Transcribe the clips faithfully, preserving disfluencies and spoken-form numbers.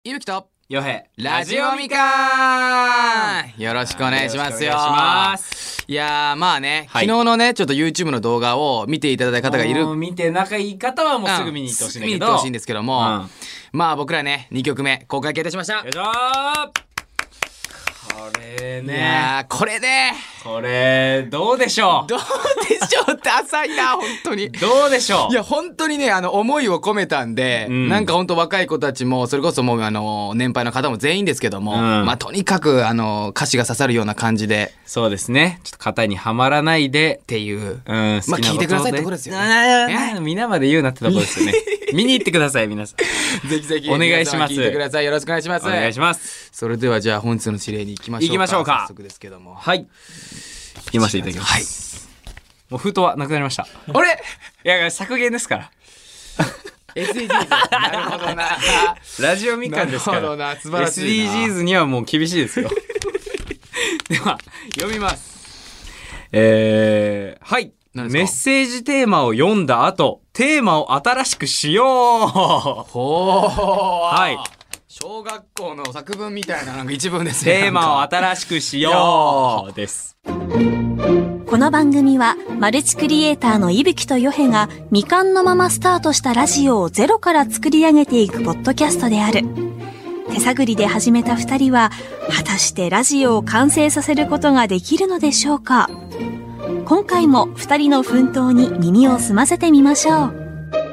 いぶきとよへラジオみかん、よろしくお願いしますよ。 よろしくお願いします。 いやーまあね、 はい昨日のねちょっと YouTube の動画を見ていただいた方がいる。 もう見て仲いい方はもうすぐ見に行ってほしいんだけど、 見に行ってほしいんですけども、 うんまあ僕らねにきょくめ公開決定しました。 よいしょー。これいねやーこれねこれどうでしょうどうでしょうって浅いな本当に。 どうでしょう。 いや本当にねあの思いを込めたんで、 うんなんか本当若い子たちもそれこそもうあの年配の方も全員ですけども、 うんまあとにかくあの歌詞が刺さるような感じでそうですね、ちょっと型にはまらないでっていう、 うん、 まあ聞いてくださいってとこですよね。 ね皆まで言うなってとこですよね見に行ってください皆さんぜひぜひお願いします皆様聞いてください。よろしくお願いします。 お願いします。 それではじゃあ本日の指令に行きましょうか。 行きましょうか早速ですけども。 はい読ませていただきます、はい、もう封筒はなくなりました。 あれいや削減ですからエスディージーズ なるほどなラジオみかんですかなるほどらな素晴らしいなエスディージーズ にはもう厳しいですよでは読みます。えー、はい何ですか。 メッセージテーマを読んだ後テーマを新しくしようほーはい小学校の作文みたいななんか一文ですね。 テーマをなんか新しくしようですこの番組はマルチクリエイターの伊吹とヨヘが未完のままスタートしたラジオをゼロから作り上げていくポッドキャストである。手探りで始めた二人は果たしてラジオを完成させることができるのでしょうか。今回も二人の奮闘に耳を澄ませてみましょう。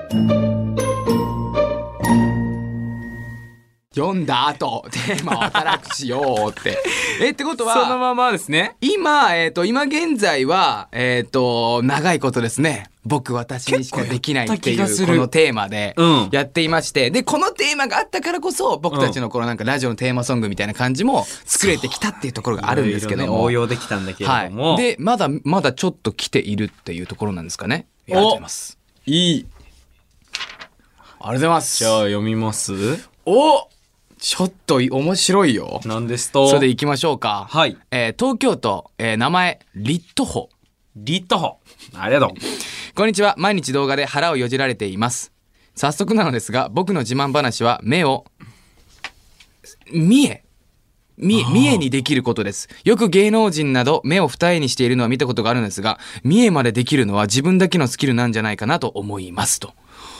読んだ後テーマを新しくしようってえってことはそのままですね。 今、えっ、と、今現在は、えっ、と、長いことですね。僕、私にしかできないっていう、 結構やった気がするこのテーマでうんやっていまして、で、このテーマがあったからこそ、僕たちのこのなんかラジオのテーマソングみたいな感じも作れてきたっていうところがあるんですけども。 いろいろね応用できたんだけれども、 はい。で、まだ、まだちょっと来ているっていうところなんですかね。ありがとうございます。 いい。 ありがとうございます。 じゃあ読みます。 おちょっと面白いよ。 なんですと。 それで行きましょうか。 はい。 えー東京都、えー名前、リットホ。 リットホ。ありがとう。 こんにちは。毎日動画で腹をよじられています。早速なのですが、僕の自慢話は目を、見え、見え、見えにできることです。よく芸能人など目を二重にしているのは見たことがあるんですが、見えまでできるのは自分だけのスキルなんじゃないかなと思いますと。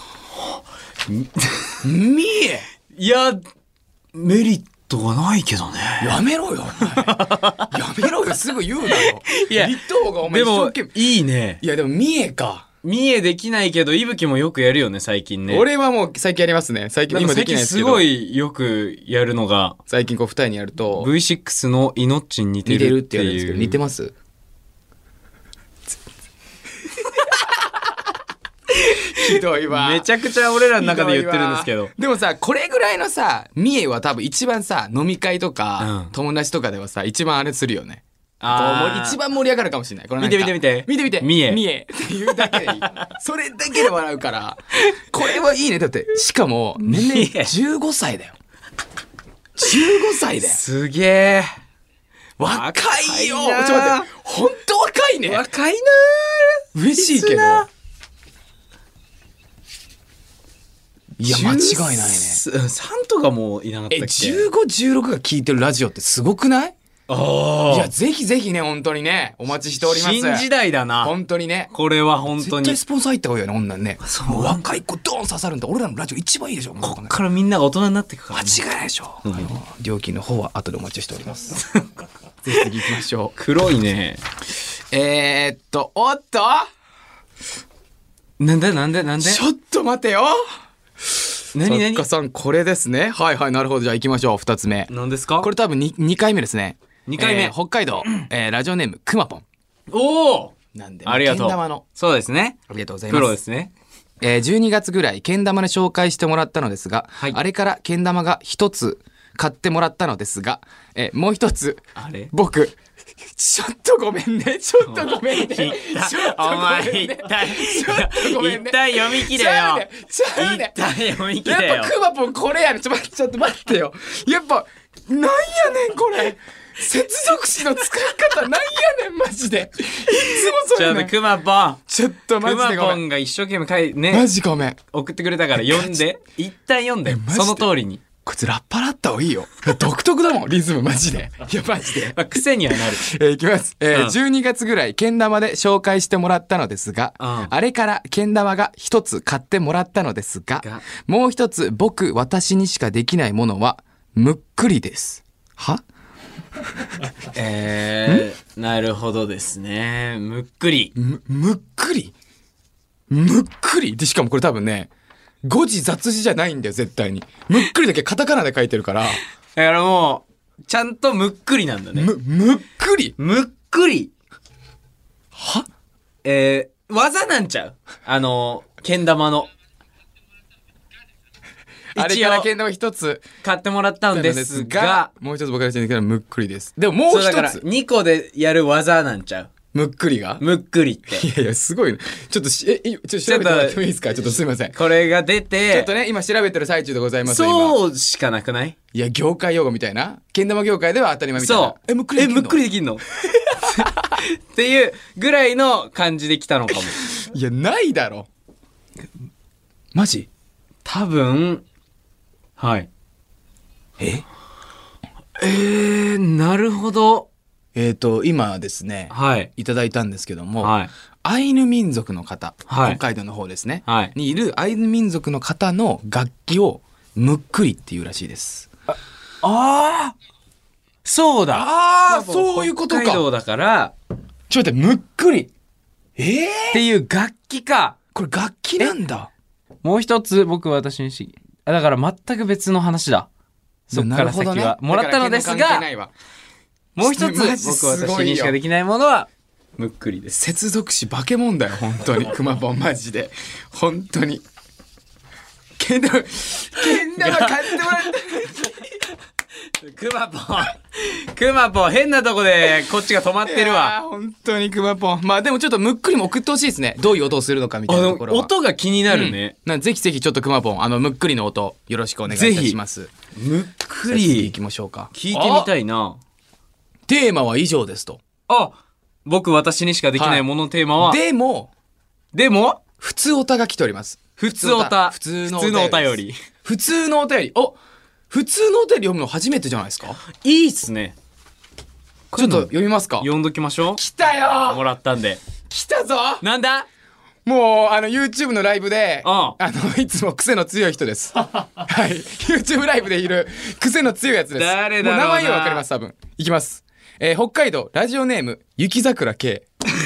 見えいや、メリットがないけどね。 やめろよ、お前。やめろよ、すぐ言うなよ。 いやリットーがお前でも一生懸命。 いいね。 いや、でも見えか。 見えできないけど、いぶきもよくやるよね、最近ね。 俺はもう最近やりますね。最近今でなんか最近きないですけど。 すごいよくやるのが、 最近こう二重にやると。 ブイシックス のイノッチに似て似てるっるってていう。 言われるんですけど、似てますひどいわ。 めちゃくちゃ俺らの中で言ってるんですけど。 でもさ、これぐらいのさ、三重は多分一番さ、飲み会とか、 うん友達とかではさ、一番あれするよね。 あーこう一番盛り上がるかもしれない。これなんか見て見て見て見て見て。 三重三重っていうだけでいい。それだけで笑うから。これはいいね。だって、しかも、年三重齢じゅうごさいだよ。じゅうごさいだよ。 すげえ。 若いよ。ちょ若いなっと待って。ほんと若いね。 若いな嬉しいけど。いや、間違いないね。 さんとかもいなかったっけ。 え、じゅうご、じゅうろくが聞いてるラジオってすごくない？ ああ。 いや、ぜひぜひね、本当にね、お待ちしております。 新時代だな。 本当にね。 これは本当に。 絶対スポンサー入った方がいいよね、女にね。 そうもう若い子ドーン刺さるんだ。俺らのラジオ一番いいでしょ、もうこっからみんなが大人になっていくから、 間ね。 違いないでしょ。あの、料金の方は後でお待ちしております。ぜひぜひ行きましょう。 黒いね。 えーっと、おっとなんでなんでなんでちょっと待てよ。 何何作家さん、これですね。はいはい、なるほど。じゃあ行きましょう、二つ目。 何ですかこれ多分ににかいめですね。 にかいめえー北海道、えーラジオネームくまぽんおおなんで、 ありがとう。 けん玉のそうですね。 ありがとうございます。 プロですね。 えーじゅうにがつぐらいけん玉で紹介してもらったのですが、 はいあれからけん玉が一つ買ってもらったのですが、えーもう一つあれ僕ちょっとごめんねちょっとごめんねちょっとおご前めんね一旦ちょっとごめんね一旦読み切れよ。 ちゃうねちゃうね一旦読み切れよやっぱ。くまぽんこれやねちょっと待ってちょっと待ってよやっぱなんやねんこれ接続詞の使い方なんやねんマジでいつもそちょっとうやねんくまぽん。 ちょっとマくまぽジでごめんんが一生懸命書いマねジごめん送ってくれたから読んで。一旦読んで。 マジでその通りに。 こいつラッパーだった方がいいよ。独特だもん、リズムマジで。いや、マジで。 まあ、癖にはなる。 えーいきます。えーうんじゅうにがつぐらい、けん玉で紹介してもらったのですが、 うんあれからけん玉が一つ買ってもらったのですが、 がもう一つ僕、私にしかできないものは、むっくりです。はえー、なるほどですね。むっくり。 む、むっくりむっくりで、しかもこれ多分ね、誤字雑字じゃないんだよ、絶対に。むっくりだけカタカナで書いてるから、 だからもう、ちゃんとむっくりなんだね。 む、むっくりむっくり。 はえー、技なんちゃうあの、けん玉の。 あれからけん玉一つ買ってもらったんですが、 もう一つ僕らにできるのはむっくりです。でももうそうだから一つ、 にこでやる技なんちゃうむっくりがむっくりって。 いやいや、すごいね。ちょっとし、え、いちょっと調べてもらってもいいですか？ちょっとすいません。ちこれが出て、 ょっとね、今調べてる最中でございます。今そうしかなくないいや、業界用語みたいな。けん玉業界では当たり前みたいな。 そう。 え、むっくりでえ、 きんのむっくりできんのっていうぐらいの感じで来たのかも。 いや、ないだろ。マジ多分、はい。 ええー、なるほど。 えっと、今ですね、 はい。 いただいたんですけども、 はい。 アイヌ民族の方、 はい北海道の方ですね、 はいにいるアイヌ民族の方の楽器をむっくりっていうらしいです。 ああそうだ。 ああ、そういうことか。 北海道だから、 ちょっと待って、むっくり。ええっていう楽器か。 これ楽器なんだ。 もう一つ、僕私にし、あだから全く別の話だ。そっから先は。 なるほどねもらったのですだからが、 剣の関係ないわもう一つ、 マジ僕すごいよ私にしかできないものは、むっくりです。 接続詞化け物だよ、本当に。くまぽん、マジで。本当に。けん玉、けん玉買ってもらって。 くまぽん、くまぽん、変なとこでこっちが止まってるいやわ。 ー本当にくまぽん。まあでもちょっとむっくりも送ってほしいですね。どういう音をするのかみたあのいなところは。 音が気になるね。 うん、なぜひぜひちょっとくまぽん、あの、むっくりの音、よろしくお願いいたします。 むっくさあ次行りき。ましょうか。 聞いてみたい。 いな。 テーマは以上ですと。 あ、僕私にしかできないもののテーマは、 でも、 でも、 普通おたが来ております。 普通おた。 普通の普通のお便ですり。 普通のお便り。お、普通のお便り読むの初めてじゃないですか？ いいっすね。 ちょっと読みますか？ 読んどきましょう。 来たよもらったんで。 来たぞなんだもう、あの、YouTube のライブで、 うんあの、いつも癖の強い人です。はい。YouTube ライブでいる癖の強いやつです。 誰だろうなもう名前はわかります、多分。いきます。えー北海道、ラジオネーム、雪桜 K。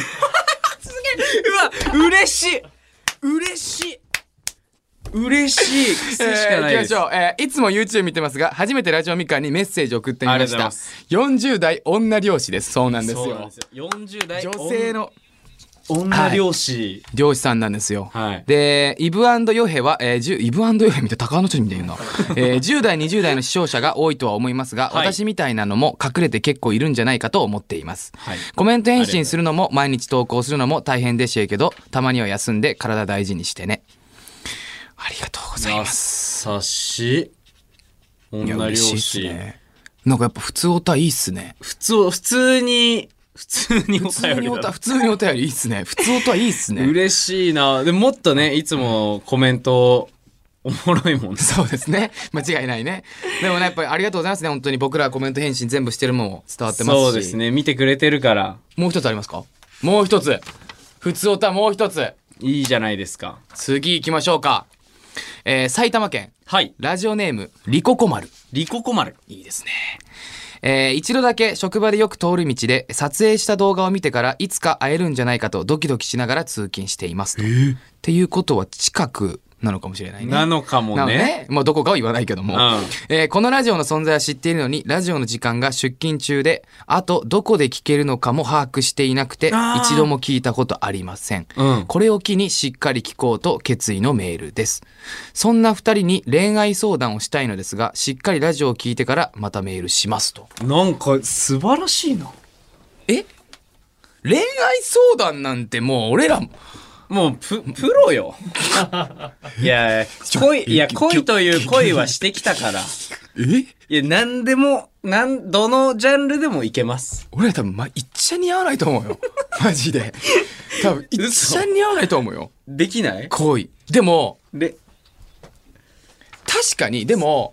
うわ、嬉しい嬉しい嬉しい癖しかないです。 えー行きましょう。えーいつも YouTube 見てますが、初めてラジオみかんにメッセージを送ってみまありがとうしたございます。 よんじゅう代女漁師です。そうなんですよそうなんです。よ。よんじゅう代女性の女漁師。 漁師さんなんですよ。 はいで、イブヨヘは、えー、じゅイブヨヘみたいな高野町みたいな、えー、じゅう代、にじゅう代の視聴者が多いとは思いますが、 はい私みたいなのも隠れて結構いるんじゃないかと思っています。 はいコメント返信するのも毎日投稿するのも大変でしぇけど、たまには休んで体大事にしてね。ありがとうございます。 優しい。 いや女漁嬉しいっす師。 ね。なんかやっぱ普通おたいいっすね。 普通、普通に、普通にお普通におた、 便りだ普通にお便りいいっすね。普通おたいいっすね。 嬉しいな。でももっとね、いつもコメント、おもろいもんね。 そうですね。間違いないね。でもね、やっぱりありがとうございますね。本当に僕らコメント返信全部してるもんも伝わってますし。 そうですね。見てくれてるから、 もう一つありますか？もう一つ。普通おたもう一つ。 いいじゃないですか。 次行きましょうか。えー、埼玉県。 はい。 ラジオネーム、リココマル。 リココマル。 いいですね。えー一度だけ職場でよく通る道で撮影した動画を見てからいつか会えるんじゃないかとドキドキしながら通勤していますと。っていうことは近くなのかもしれないね。 なのかもなのね。 ね。もうどこかは言わないけども、 うんえーこのラジオの存在は知っているのに、ラジオの時間が出勤中で、あとどこで聞けるのかも把握していなくて、 あー一度も聞いたことありません。 うんこれを機にしっかり聞こうと決意のメールです。そんな二人に恋愛相談をしたいのですが、しっかりラジオを聞いてからまたメールしますと。 なんか素晴らしいな。 え恋愛相談なんてもう俺らも、 もうププロよ。いや恋いや恋という恋はしてきたから。 えいや何でもなんどのジャンルでもいけます。 俺ら多分、ま、一ちゃんに合わないと思うよ。マジで。多分、一ちゃんに合わないと思うよ。 できない？ 恋。でも、 で確かに、でも、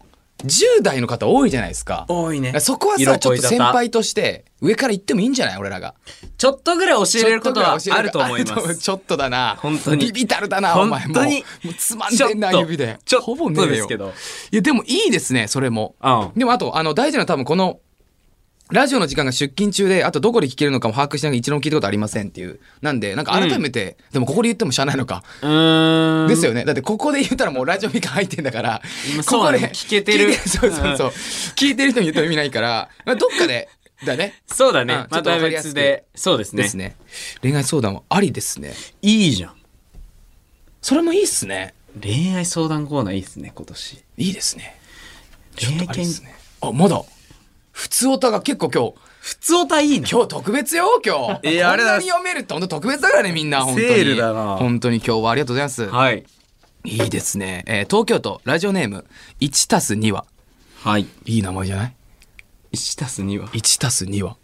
じゅう代の方多いじゃないですか。 多いね。 そこはさ、ちょっと先輩として上から行ってもいいんじゃない俺らが。 ちょっとぐらい教えれることはあると思います。 ちょっとだな。 本当に。 ビビたるだな、お前も。 本当に。 もうつまんでんな、指で。 ちょっとほぼねえよですけど。 いや、でもいいですね、それも。 うん。 でもあと、あの、大事なのは多分この、ラジオの時間が出勤中で、あとどこで聞けるのかも把握しながら一度も聞いたことありませんっていう。なんで、なんか改めて、うん、でもここで言ってもしゃあないのか。 うーん。 ですよね。だってここで言ったらもうラジオミカ入ってんだから、 ここで聞けてる。 そうそうそう。聞いてる人に言っても意味ないから、まあ、どっかで、だね。 そうだね。 うん、 また別で。そうですね。 ですね。恋愛相談はありですね。 いいじゃん。 それもいいっすね。 恋愛相談コーナーいいっすね、今年。 いいですね。 恋愛研ですね。あ、まだ。普通オタが結構今日。 普通オタいいね。 今日特別よ、今日。いや、あれだ。こんなに読めるって本当特別だからね、みんな。本当に。 セールだな。 本当に今日はありがとうございます。 はい。 いいですね。えー、東京都ラジオネームいちたすには。 はい。 いい名前じゃない ? いちたすには。 いちたすには。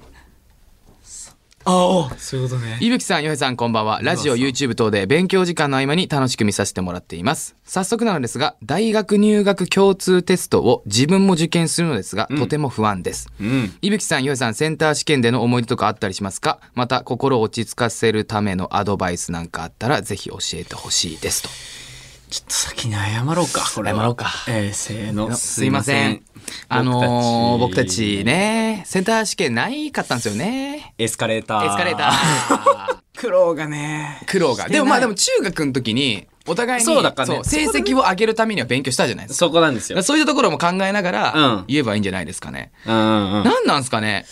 ああ、そういうことね。 いぶきさん、よへさん、こんばんは。ラジオ、YouTube 等で勉強時間の合間に楽しく見させてもらっています。早速なのですが、大学入学共通テストを自分も受験するのですが、うん、とても不安です。 うん。 いぶきさん、よへさん、センター試験での思い出とかあったりしますか？また、心を落ち着かせるためのアドバイスなんかあったら、ぜひ教えてほしいですと。 ちょっと先に謝ろうか、これは。 謝ろうか。 えー、せーの。 すいません。あのー、僕たちね、センター試験ないかったんですよね。 エスカレーター。 エスカレーター。 苦労がね。 苦労が。でもまあでも中学の時に、お互いにそうだかね、 そう成績を上げるためには勉強したじゃないですか。 そこなんですよ。 そういうところも考えながら、 うん、 言えばいいんじゃないですかね。 うんうんうん。 何なんすかね。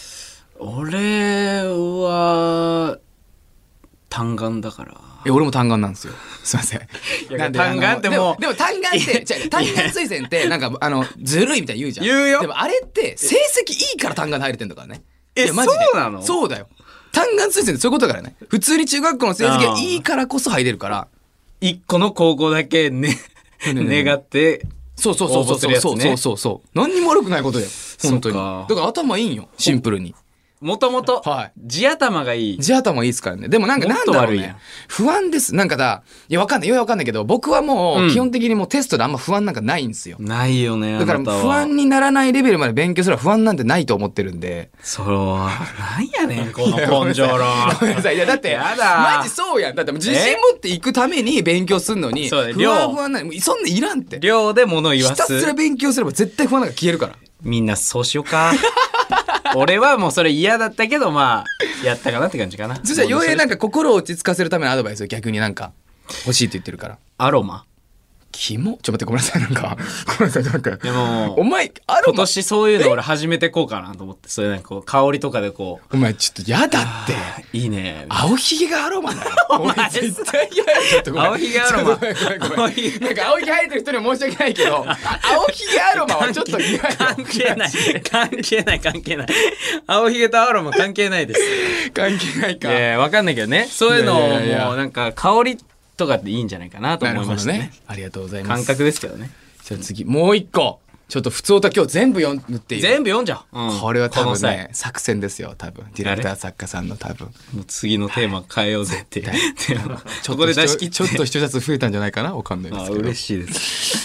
俺は、単眼だから。 え、俺も単眼なんですよ。すいません。 なんで単眼ってもう。でも単眼って、単眼推薦って、なんか、あの、ずるいみたいに言うじゃん。 言うよ。 でもあれって、成績いいから単眼で入れてんだからね。 え、いやマジでそうなの？ そうだよ。単眼推薦ってそういうことだからね。普通に中学校の成績がいいからこそ入れるから。 一個の高校だけね、願って。 そうそうそうそうそうそうそうそう。何にも悪くないことだよ。本当に。だから頭いいんよ。シンプルに。 もともと、地頭がいい。 地頭いいですからね。でもなんかなんだろうね。不安です。なんかだ、いやわかんない。よくわかんないけど、僕はもう基本的にもうテストであんま不安なんかないんですよ。 ないよね。 だから不安にならないレベルまで勉強するら不安なんてないと思ってるんで。 そう。なんやねん、この根性論。 ごめんなさい。いやだって、マジそうやん。だって自信持っていくために勉強するのに、不安不安ない。そんないらんって。 量で物言わす。 ひたすら勉強すれば絶対不安なんか消えるから。 みんなそうしようか。俺はもうそれ嫌だったけど、まあ、やったかなって感じかな。 そしたら、ようやなんか心を落ち着かせるためのアドバイスを逆になんか欲しいって言ってるから。 アロマキモちょっと待って、ごめんなさい。なんか、ごめんなさい。なんか、 でも、 お前、アロマ今年そういうの俺始めてこうかなと思って、そういうなんかこう、香りとかでこう。お前、ちょっと嫌だって。 いいね。 青ひげがアロマだよ。お前、絶対嫌や。ちょっとごめん。 青ひげアロマ。 なんか、青ひげ生えてる人には申し訳ないけど、青ひげアロマはちょっと嫌や。 関係ない。関係ない、関係ない。青ひげとアロマ関係ないです。 関係ないか。 いや、わかんないけどね。そういうのをもう、なんか、香り、とかっていいんじゃないかなと思いましたね。 ねありがとうございます。 感覚ですけどね。 じゃあ次、もう一個。ちょっと普通歌今日全部読んでいい？ 全部読んじゃう。 うん、これは多分ね、作戦ですよ、多分。ディレクター作家さんの多分。 もう次のテーマ変えようぜって。 ちょっと出し切ってちょっと視聴者数増えたんじゃないかなわかんないですけど。 嬉しいです。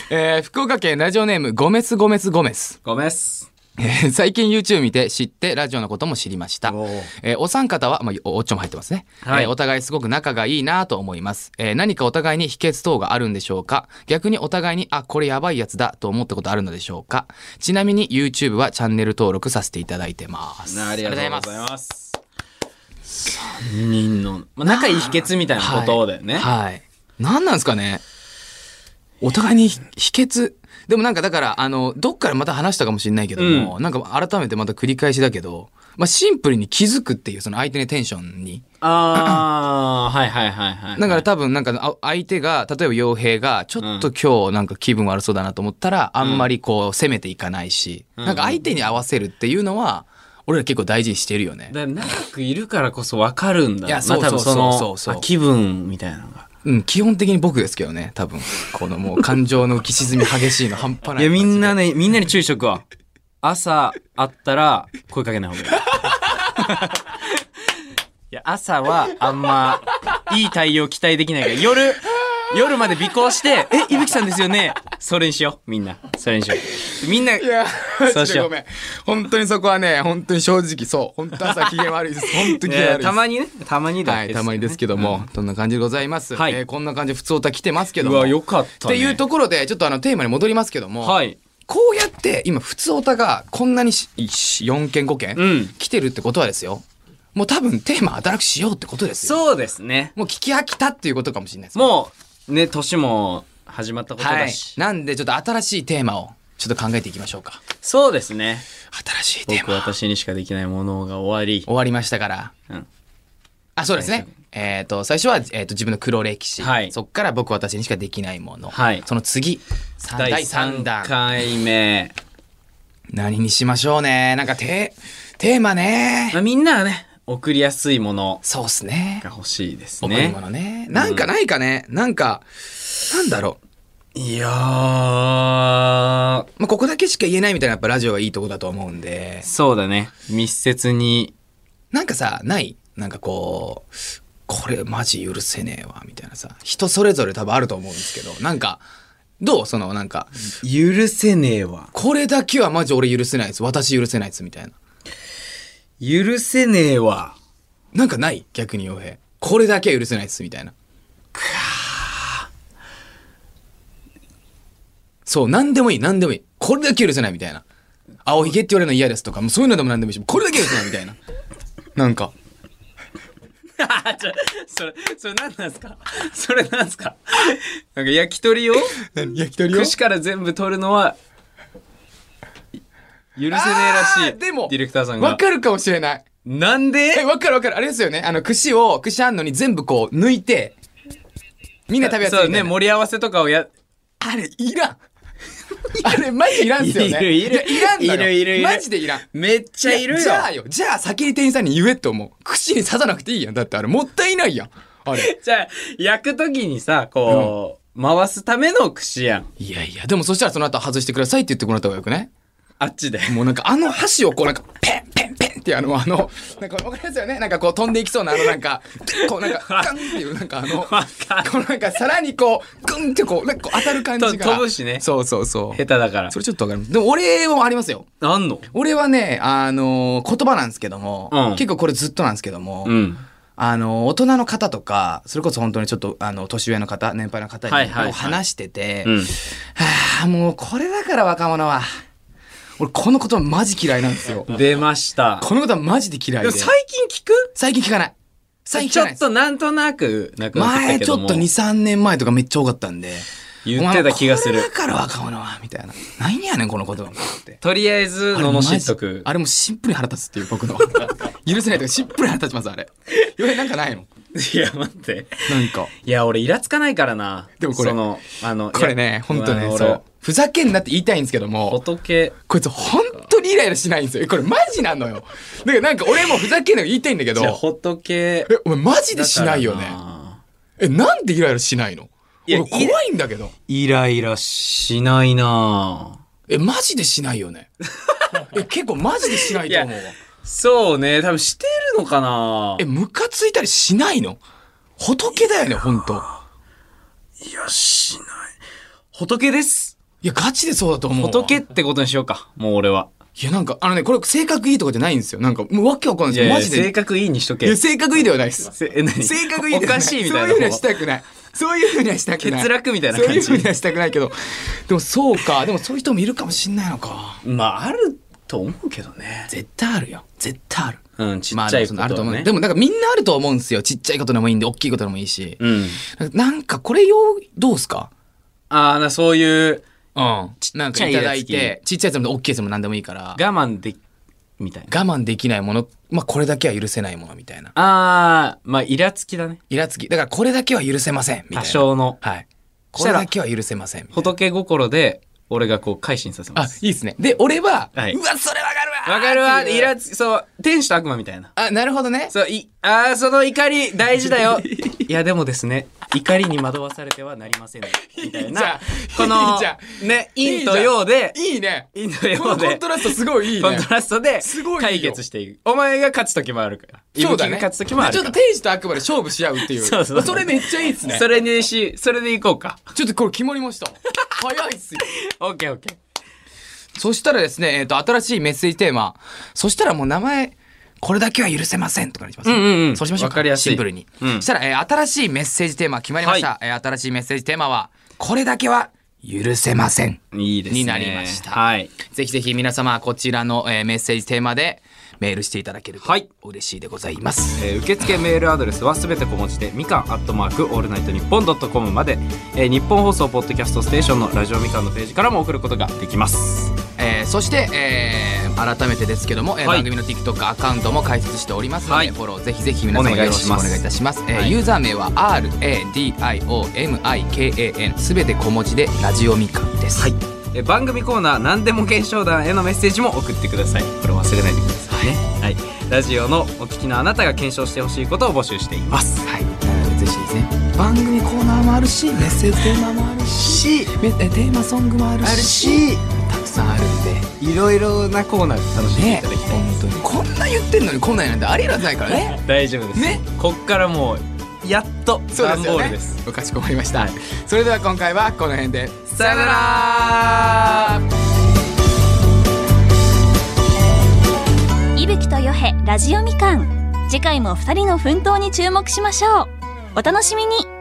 えー、福岡県ラジオネーム、ゴメスゴメスゴメス。 ゴメス。 えー、最近 YouTube 見て知ってラジオのことも知りました。お,、えー、お三方は、まあ、おっちょも入ってますね、はい、えー、お互いすごく仲がいいなと思います、えー、何かお互いに秘訣等があるんでしょうか？逆にお互いにあこれやばいやつだと思ったことあるのでしょうか？ちなみに YouTube はチャンネル登録させていただいてます。 ありがとうございます。さんにんの、まあ、仲いい秘訣みたいなことだよね。 はい、はい、何なんですかね、お互いに秘訣。でもなんかだからあのどっからまた話したかもしれないけども、うん、なんか改めてまた繰り返しだけど、まあ、シンプルに気づくっていうその相手のテンションに。 ああはいはいはいはい。 だから多分なんか相手が例えば傭兵がちょっと今日なんか気分悪そうだなと思ったら、うん、あんまりこう攻めていかないし、うん、なんか相手に合わせるっていうのは俺ら結構大事にしてるよね。 だから長くいるからこそ分かるんだ。 いやそうそうそうそう、 気分みたいなのが。 うん、基本的に僕ですけどね、多分。このもう感情の浮き沈み激しいの半端ない。 いや、みんなね、みんなに注意しとくわ。朝あったら声かけない方がいい。いや、朝はあんまいい対応期待できないから、夜、夜まで尾行して、え、いぶきさんですよね？ それにしようみんなそれにしようみんないやそうしようごめん本当にそこはね本当に正直そう本当朝機嫌悪いです本当に機嫌悪いですたまにねたまにだはい、 けですよねたまにですけども、 うんそんな感じでございます、 はいえーこんな感じで普通歌来てますけどもうわよかったねっていうところでちょっとあのテーマに戻りますけども、 はいこうやって今普通歌がこんなにししよんけんごけん、 うん来てるってことはですよもう多分テーマ新しくしようってことですよそうですねもう聞き飽きたっていうことかもしれないですもうね年も始まったことはいだし、 なんでちょっと新しいテーマをちょっと考えていきましょうかそうですね新しいテーマ僕私にしかできないものが終わり終わりましたからうんあそうですねえっ、と最初は、えー、と自分の黒歴史、 はいそっから僕私にしかできないもの、 はいその次だいさんだん回目何にしましょうねなんかテテーマねまあ、みんなはね送りやすいものそうっすねが欲しいです贈りね物ねなんかないかね、なんかなんだろいやーう、まあ、ここだけしか言えないみたいなやっぱラジオがいいとこだと思うんでそうだね密接になんかさないなんかこうこれマジ許せねえわみたいなさ人それぞれ多分あると思うんですけどなんかどうそのなんか許せねえわこれだけはマジ俺許せないです私許せないですみたいな許せねえわなんかない逆に洋平これだけは許せないですみたいなそう何でもいい何でもいいこれだけ許せないみたいな青ひげって言われるの嫌ですとかもうそういうのでも何でもいいしこれだけ許せないみたいななんかちょそれそれ何なんすかそれなんすかなんか焼き鳥を何焼き鳥を串から全部取るのは許せねえらしいあーでもディレクターさんがわかるかもしれないなんでえわかるわかるあれですよねあの串を串あんのに全部こう抜いてみんな食べやすいみたそういなね盛り合わせとかをやあれいらんあれマジいらんっすよねいるいるやいらんのよいるいるいるマジでいらんめっちゃいるよやじゃあよじゃあ先に店員さんに言えって思う串に刺さなくていいやんだってあれもったいないやんあれじゃあ焼くときにさこう、回すための串やんいやいやでもそしたらその後外してくださいって言ってもらった方がよくないあっちでもうなんかあの箸をこうなんかペンペンペンってあのあのなんかわかりますよねなんかこう飛んでいきそうなあのなんかこうなんかガンっていうなんかあのこわかるのなんかさらにこうグンってこうなんかこう当たる感じがと飛ぶしねそうそうそう下手だからそれちょっとわかりますでも俺もありますよあんの俺はねあの言葉なんですけども、 うん結構これずっとなんですけども、 うんあの大人の方とかそれこそ本当にちょっとあの年上の方年配の方にはいはいはい話してて、 うんはあもうこれだから若者は俺この言葉マジ嫌いなんですよ出ましたこの言葉マジで嫌いででも最近聞く最近聞かない最近ちょっ聞かないですとなんとなくなくなってきたけども前ちょっとにさんねんまえとかめっちゃ多かったんで言ってた気がするお前これだから若者はみたいな何やねんこの言葉ってとりあえず罵っとくあれもうシンプルに腹立つっていう僕の許せないとかシンプルに腹立ちますあれよへなんかないのいや待ってなんかいや俺イラつかないからなでもこれそのあのこれね本当ねあのそうふざけんなって言いたいんですけども仏こいつ本当にイライラしないんですよえこれマジなのよだからなんか俺もふざけんな言いたいんだけどじゃあ仏えお前マジでしないよねだからなえなんでイライラしないのいや俺怖いんだけどイライラしないなえマジでしないよねえ結構マジでしないと思うわそうね多分してるのかなえムカついたりしないの仏だよね本当いやしない仏ですいやガチでそうだと思うわ仏ってことにしようかもう俺はいやなんかあのねこれ性格いいとかじゃないんですよなんかもうわけわかんないいやいやですよマジで性格いいにしとけいや性格いいではないですせえ何性格いいでおかしいみたいなそういうふうにはしたくないそういうふうにはしたくない欠落みたいなそう感じいうふうにはしたくないけどでもそうかでもそういう人もいるかもしんないのかまああると思うけどね絶対あるよ絶対あるうんちまあっちゃいでもそのあると思う、 ねでもなんかみんなあると思うんですよちっちゃいことでもいいんで大きいことでもいいし、 うんなんかこれよどうすかああなそういううんなんかいただいちっちゃいやてちっちゃいやつでも大きいやつでも何でもいいから我慢でみたいな我慢できないものまあこれだけは許せないものみたいなああまあイラつきだねイラつきだからこれだけは許せませんみたいな多少のはいこしたられだけは許せませんみたいな仏心で俺がこう改心させまあすいいですねで俺は、 はいうわそれわかるわわかるわっていうイラつそう天使と悪魔みたいなあなるほどねそういあーその怒り大事だよいやでもですね怒りに惑わされてはなりませんみたいいいじゃなんこのいいじゃんね陰と陽でいいね陰とこ陽でのコントラストすごいいいねコントラストですごいいいよ解決していくお前が勝つ時もあるからそうだね伊吹が勝つ時もあるからちょっと天使と悪魔で勝負し合うっていうそうそうそれめっちゃいいですねそれにしそれでいこうかちょっとこれ決まりました早いっすよ。 オッケーオッケー。 そしたらですね、えっと、新しいメッセージテーマ。そしたらもう名前、これだけは許せませんとかにします。 うんうんうん。 そうしましょうか。 わかりやすい。 シンプルに。 うん。 そしたら、えー、新しいメッセージテーマ決まりました。はい、えー、新しいメッセージテーマは、これだけは許せません。 いいですね。 になりました。 はい。 ぜひぜひ皆様、こちらの、えー、メッセージテーマで、メールしていただけると嬉しいでございます、 はい。えー、受付メールアドレスはすべて小文字でみかんアットマークオールナイトニッポンドットコムまで、えー、日本放送ポッドキャストステーションのラジオみかんのページからも送ることができます。 えー、そして、えー、改めてですけども、えーはい、番組の TikTok アカウントも開設しておりますので、はい、フォローぜひぜひ皆様よろしくお願いいたします。えーはい、ユーザー名は アールエーディーアイオーエムアイケーエーエヌ すべて小文字でラジオみかんです。はい、 えー、番組コーナー何でも検証団へのメッセージも送ってください。これ忘れないでくださいね。はい、はい、ラジオのお聞きのあなたが検証してほしいことを募集しています。 はい、なのでぜひですね、番組コーナーもあるし、メッセージテーマもあるし、テーマソングもあるし、あるしたくさんあるんで、 いろいろなコーナーで楽しんでいただきたい、ね、 本当にこんな言ってんのに来ないなんてありえないからね。 大丈夫ですね。こっからもうやっと段ボールです。 かしこまりました、はい、それでは今回はこの辺でさよなら。 伊吹とよへラジオみかん、次回もふたりの奮闘に注目しましょう。お楽しみに。